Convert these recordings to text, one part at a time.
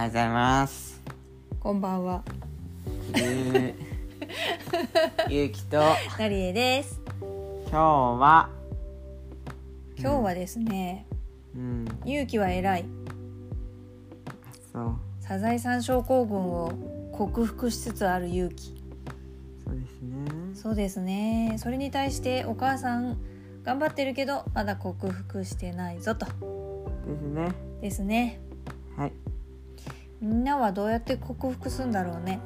おはようございます。 こんばんは。 ゆうきとなりえです。 今日はですね、 ゆゆうきは偉い。 そうサザエさん症候群を克服しつつあるゆうき。 そうですね。 そうですね。それに対してお母さん頑張ってるけどまだ克服してないぞと。 ですね。はい。 みんなはどうやって克服するんだろうね。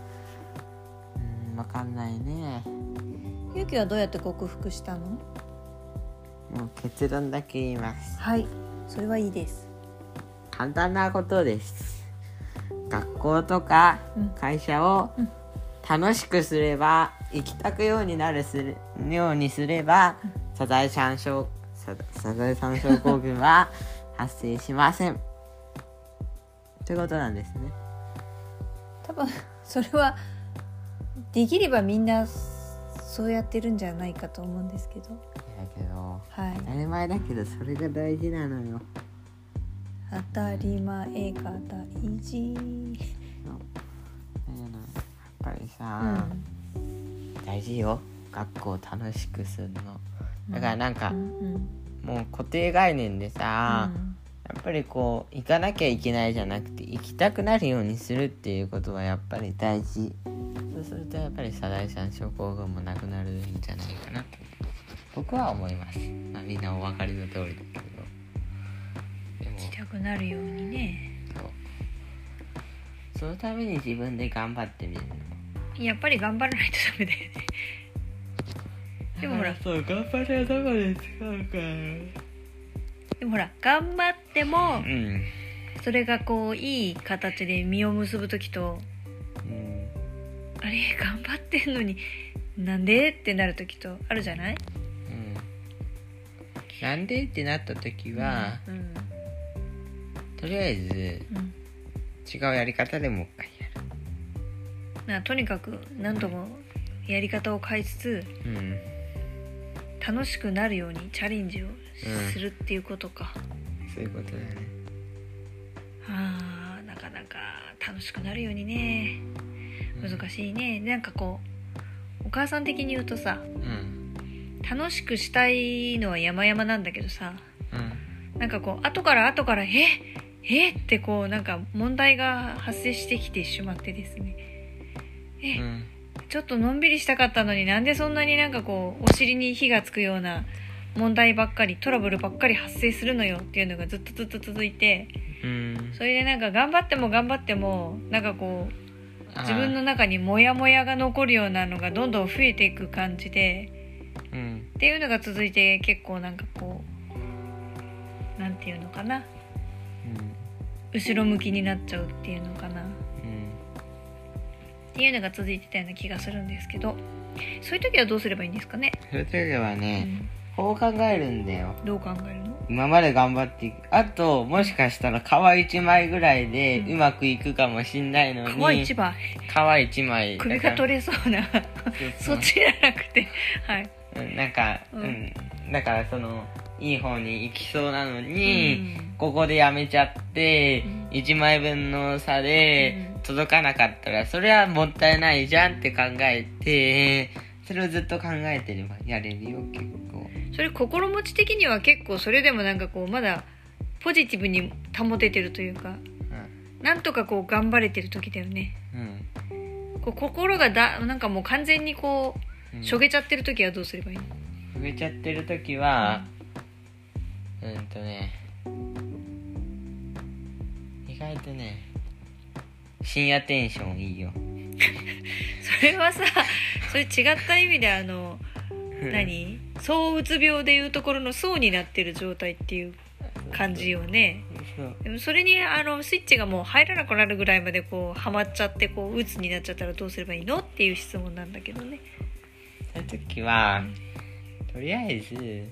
わかんないね。 ゆうきはどうやって克服したの？ もう結論だけ言います。 はい、それはいいです。 簡単なことです。学校とか会社を楽しくすれば、行きたくようにすれば、サザエさん症候群は発生しません。ということなんですね。 多分それはできればみんなそうやってるんじゃないかと思うんですけど。 だけど、 はい、 当たり前だけどそれが大事なのよ。 当たり前が大事。 やっぱりさ、大事よ。学校を楽しくするの。だからなんか、もう固定概念でさ、やっぱりこう行かなきゃいけないじゃなくて行きたくなるようにするっていうことはやっぱり大事。そうするとやっぱりサザエさん症候群もなくなるんじゃないかなと僕は思います。みんなお分かりの通りだけど、でも行きたくなるようにね。 そのために自分で頑張ってみるの。 やっぱり頑張らないとダメだよね。でもほら、 そう頑張れどこで使うか。 でもほら頑張っても、それがこういい形で実を結ぶときと、あれ頑張ってんのになんでってなるときとあるじゃない？ なんでってなったときは、とりあえず、違うやり方でもう一回やる。 とにかく何ともやり方を変えつつ、楽しくなるようにチャレンジをするっていうことか。 そういうことだね。 なかなか楽しくなるようにね、難しいね。なんかこうお母さん的に言うとさ、楽しくしたいのは山々なんだけどさ、なんかこう後からってこうなんか問題が発生してきてしまってですね、ちょっとのんびりしたかったのになんでそんなになんかこうお尻に火がつくような問題ばっかり、トラブルばっかり発生するのよっていうのがずっと続いて、それでなんか頑張ってもなんかこう自分の中にモヤモヤが残るようなのがどんどん増えていく感じで、っていうのが続いて、結構なんかこうなんていうのかな、後ろ向きになっちゃうっていうのかな、っていうのが続いてたような気がするんですけど、そういう時はどうすればいいんですかね？ そういう時はね、こう考えるんだよ。 どう考えるの？ 今まで頑張っていく。あともしかしたら皮1枚ぐらいでうまくいくかもしんないのに、 皮1枚皮1枚首が取れそうなそっちじゃなくて、 なんか、だからそのいい方に行きそうなのに、ここでやめちゃって、1枚分の差で届かなかったら、それはもったいないじゃんって考えて、それをずっと考えてればやれるよ。結構それ心持ち的には結構それでもなんかこうまだポジティブに保ててるというか、なんとかこう頑張れてる時だよね。こう心がなんかもう完全にこうしょげちゃってる時はどうすればいいの？ しょげちゃってる時は、意外とね、深夜テンションいいよ。 それはさ、それ違った意味で躁うつ病でいうところの躁になってる状態っていう感じよね。でもそれにスイッチがもう入らなくなるぐらいまでこうハマっちゃって、こううつになっちゃったらどうすればいいのっていう質問なんだけどね。 そういう時は、とりあえず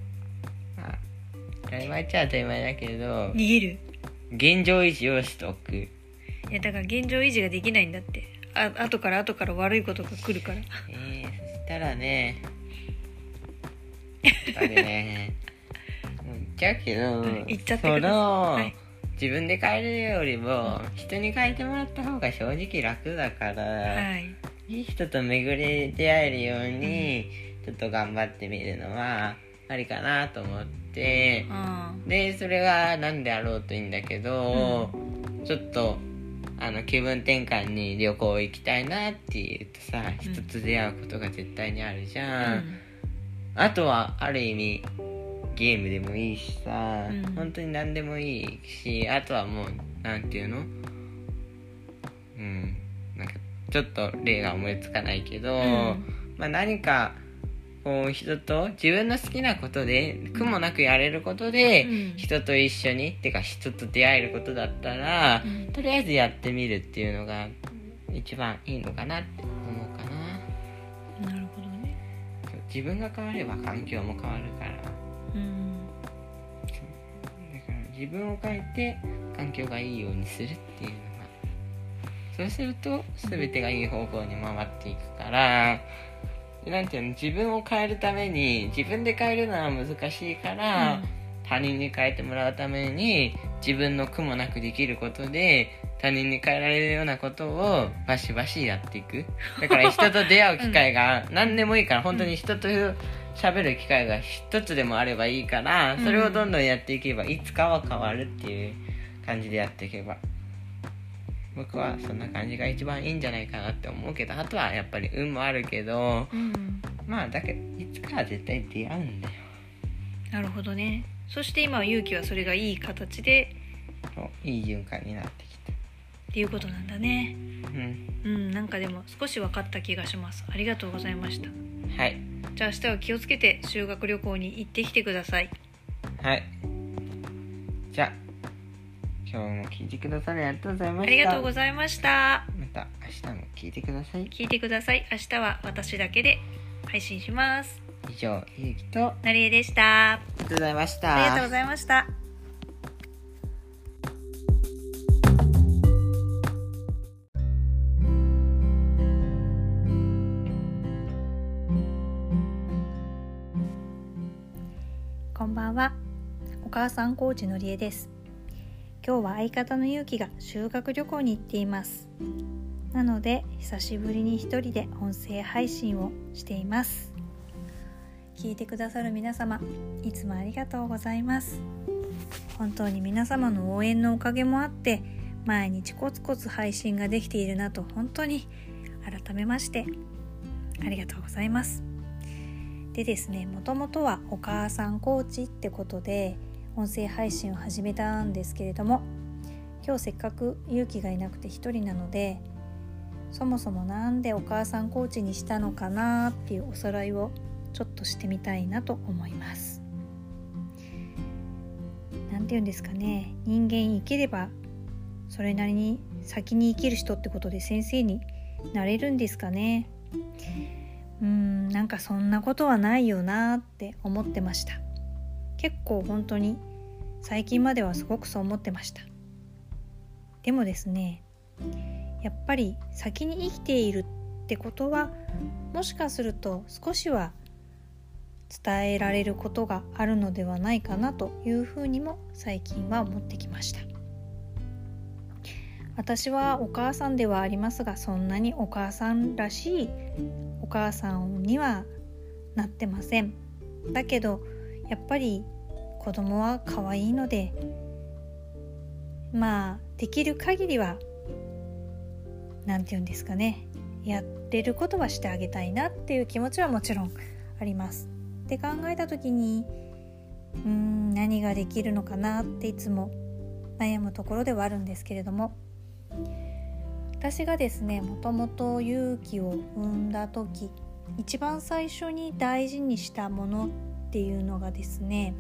当たり前っちゃ当たり前だけど、 逃げる。 現状維持をしとく。 いやだから現状維持ができないんだって。後から悪いことが来るから。 そしたらね、やっぱりね、言っちゃうけど、 言っちゃってください。 自分で変えるよりも人に変えてもらった方が正直楽だから、はい、いい人と巡り出会えるようにちょっと頑張ってみるのはありかなと思って、でそれが何であろうといいんだけど、ちょっと気分転換に旅行行きたいなって言うとさ、人と出会うことが絶対にあるじゃん、あとはある意味ゲームでもいいしさ、本当に何でもいいし、あとはもうなんていうの、なんかちょっと例が思いつかないけど、何かこう人と自分の好きなことで苦もなくやれることで、人と一緒にってか人と出会えることだったら、とりあえずやってみるっていうのが一番いいのかなって思うかな。 なるほどね。 自分が変われば環境も変わるから、だから自分を変えて環境がいいようにするっていうのが、そうすると全てがいい方向に回っていくから、なんていうの、自分を変えるために自分で変えるのは難しいから、他人に変えてもらうために自分の苦もなくできることで他人に変えられるようなことをバシバシやっていく。だから人と出会う機会が何でもいいから、本当に人と喋る機会が一つでもあればいいから、それをどんどんやっていけばいつかは変わるっていう感じでやっていけば、僕はそんな感じが一番いいんじゃないかなって思うけど、あとはやっぱり運もあるけど、だけどいつかは絶対出会うんだよ。 なるほどね。そして今は勇気はそれがいい形でいい循環になってきたっていうことなんだね。なんかでも少し分かった気がします。ありがとうございました。 はい。 じゃあ明日は気をつけて修学旅行に行ってきてください。 はい。じゃあ今日も聞いてくださりありがとうございました。 ありがとうございました。 また明日も聞いてください。 聞いてください。明日は私だけで配信します。 以上、ゆうきとなりえでした。 ありがとうございました。 ありがとうございました。こんばんは。お母さんコーチのりえです。今日は相方のゆうきが修学旅行に行っています。なので久しぶりに一人で音声配信をしています。聞いてくださる皆様、いつもありがとうございます。本当に皆様の応援のおかげもあって毎日コツコツ配信ができているなと、本当に改めましてありがとうございます。でですね、もともとはお母さんコーチってことで音声配信を始めたんですけれども、今日せっかく勇気がいなくて一人なので、そもそもなんでお母さんコーチにしたのかなっていうおさらいをちょっとしてみたいなと思います。なんていうんですかね、人間生きればそれなりに先に生きる人ってことで先生になれるんですかね。なんかそんなことはないよなって思ってました。結構本当に最近まではすごくそう思ってました。でもですね、やっぱり先に生きているってことはもしかすると少しは伝えられることがあるのではないかなというふうにも最近は思ってきました。私はお母さんではありますが、そんなにお母さんらしいお母さんにはなってません。だけどやっぱり子供は可愛いので、できる限りはなんていうんですかね、やれることはしてあげたいなっていう気持ちはもちろんあります。で考えた時に何ができるのかなっていつも悩むところではあるんですけれども、私がですね、もともと勇気を産んだ時一番最初に大事にしたものっていうのがですね、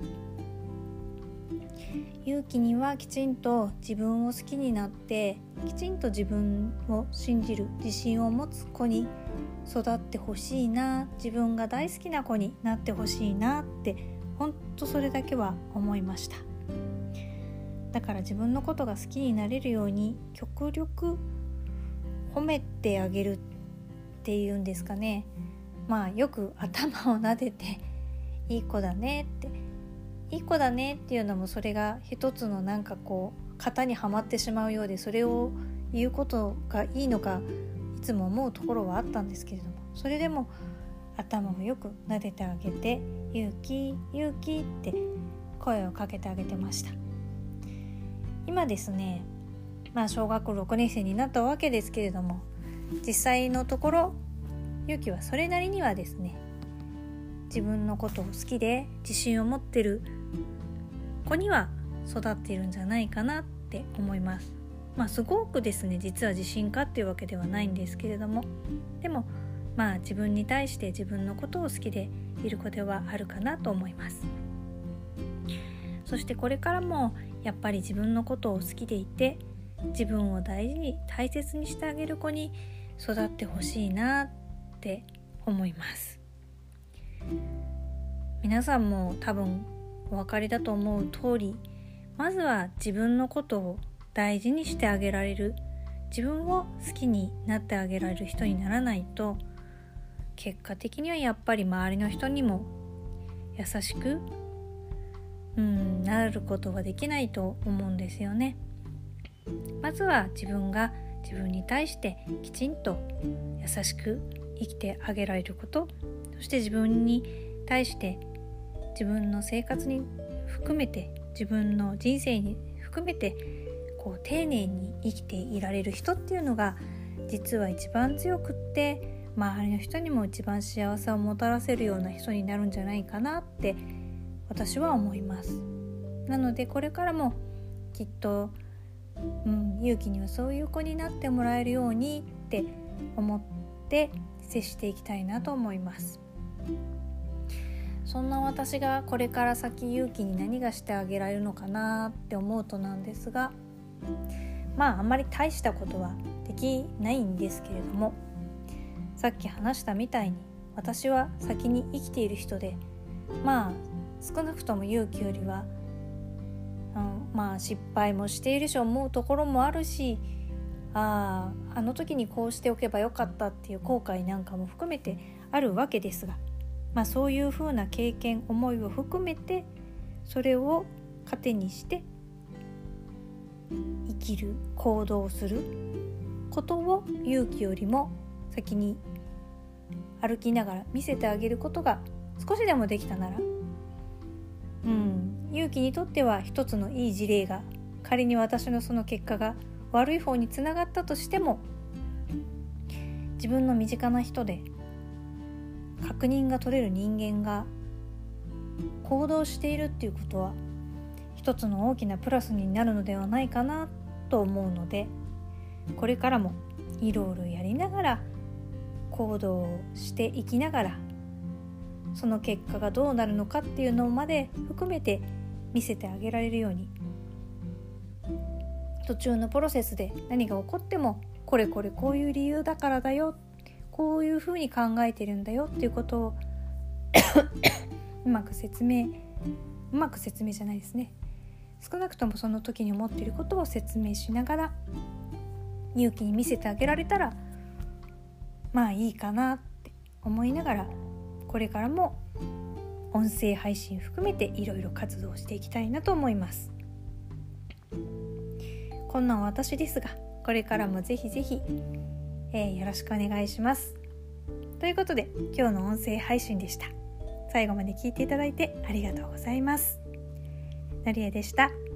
勇気にはきちんと自分を好きになってきちんと自分を信じる自信を持つ子に育ってほしいな、自分が大好きな子になってほしいなって、本当それだけは思いました。だから自分のことが好きになれるように極力褒めてあげるっていうんですかね。よく頭を撫でていい子だねって、いい子だねっていうのもそれが一つの型にはまってしまうようで、それを言うことがいいのかいつも思うところはあったんですけれども、それでも頭をよく撫でてあげて、勇気勇気って声をかけてあげてました。今ですね、小学6年生になったわけですけれども、実際のところ勇気はそれなりにはですね、自分のことを好きで自信を持ってる子には育っているんじゃないかなって思います。すごくですね、実は自信家っていうわけではないんですけれども、でも自分に対して自分のことを好きでいる子ではあるかなと思います。そしてこれからもやっぱり自分のことを好きでいて、自分を大事に大切にしてあげる子に育ってほしいなって思います。皆さんも多分お分かりだと思う通り、まずは自分のことを大事にしてあげられる、自分を好きになってあげられる人にならないと、結果的にはやっぱり周りの人にも優しくなることはできないと思うんですよね。まずは自分が自分に対してきちんと優しく生きてあげられること、そして自分に対して自分の生活に含めて、自分の人生に含めて丁寧に生きていられる人っていうのが実は一番強くって、周りの人にも一番幸せをもたらせるような人になるんじゃないかなって私は思います。なのでこれからもきっと勇気にはそういう子になってもらえるようにって思って接していきたいなと思います。そんな私がこれから先勇気に何がしてあげられるのかなって思うとなんですが、あんまり大したことはできないんですけれども、さっき話したみたいに私は先に生きている人で、少なくとも勇気よりは、失敗もしているし思うところもあるし、あの時にこうしておけばよかったっていう後悔なんかも含めてあるわけですが、そういう風な経験思いを含めて、それを糧にして生きる行動することを勇気よりも先に歩きながら見せてあげることが少しでもできたなら、勇気にとっては一つのいい事例が、仮に私のその結果が悪い方につながったとしても、自分の身近な人で確認が取れる人間が行動しているっていうことは一つの大きなプラスになるのではないかなと思うので、これからもいろいろやりながら行動していきながら、その結果がどうなるのかっていうのまで含めて見せてあげられるように、途中のプロセスで何が起こってもこれこういう理由だからだよ、こういうふうに考えてるんだよっていうことをうまく説明じゃないですね、少なくともその時に思っていることを説明しながら勇気に見せてあげられたらいいかなって思いながら、これからも音声配信含めていろいろ活動していきたいなと思います。こんな私ですが、これからもぜひぜひ、よろしくお願いします。ということで今日の音声配信でした。最後まで聞いていただいてありがとうございます。のりえでした。